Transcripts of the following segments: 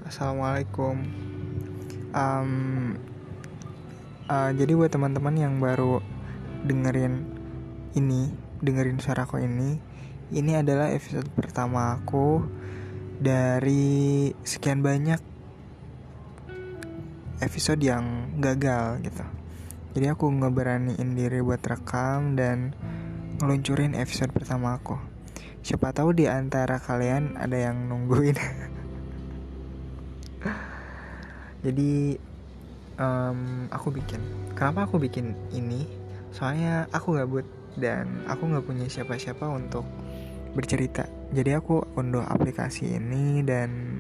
Assalamualaikum. Em, jadi buat teman-teman yang baru dengerin dengerin suaraku ini adalah episode pertama aku dari sekian banyak episode yang gagal gitu. Jadi aku ngeberaniin diri buat rekam dan ngeluncurin episode pertama aku. Siapa tahu di antara kalian ada yang nungguin. Jadi kenapa aku bikin ini? Soalnya aku gabut dan aku nggak punya siapa-siapa untuk bercerita. Jadi aku unduh aplikasi ini dan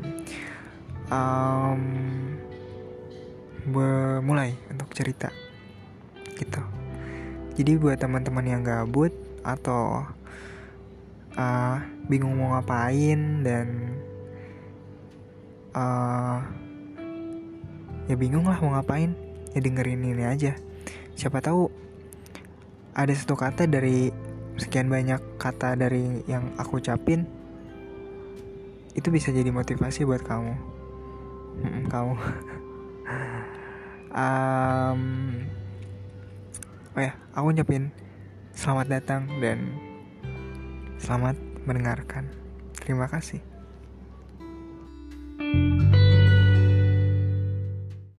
mulai untuk cerita gitu. Jadi buat teman-teman yang gabut atau bingung mau ngapain dan ya bingung lah mau ngapain, ya dengerin ini aja. Siapa tahu ada satu kata dari sekian banyak kata dari yang aku ucapin itu bisa jadi motivasi buat kamu. Aku ucapin selamat datang dan selamat mendengarkan. Terima kasih.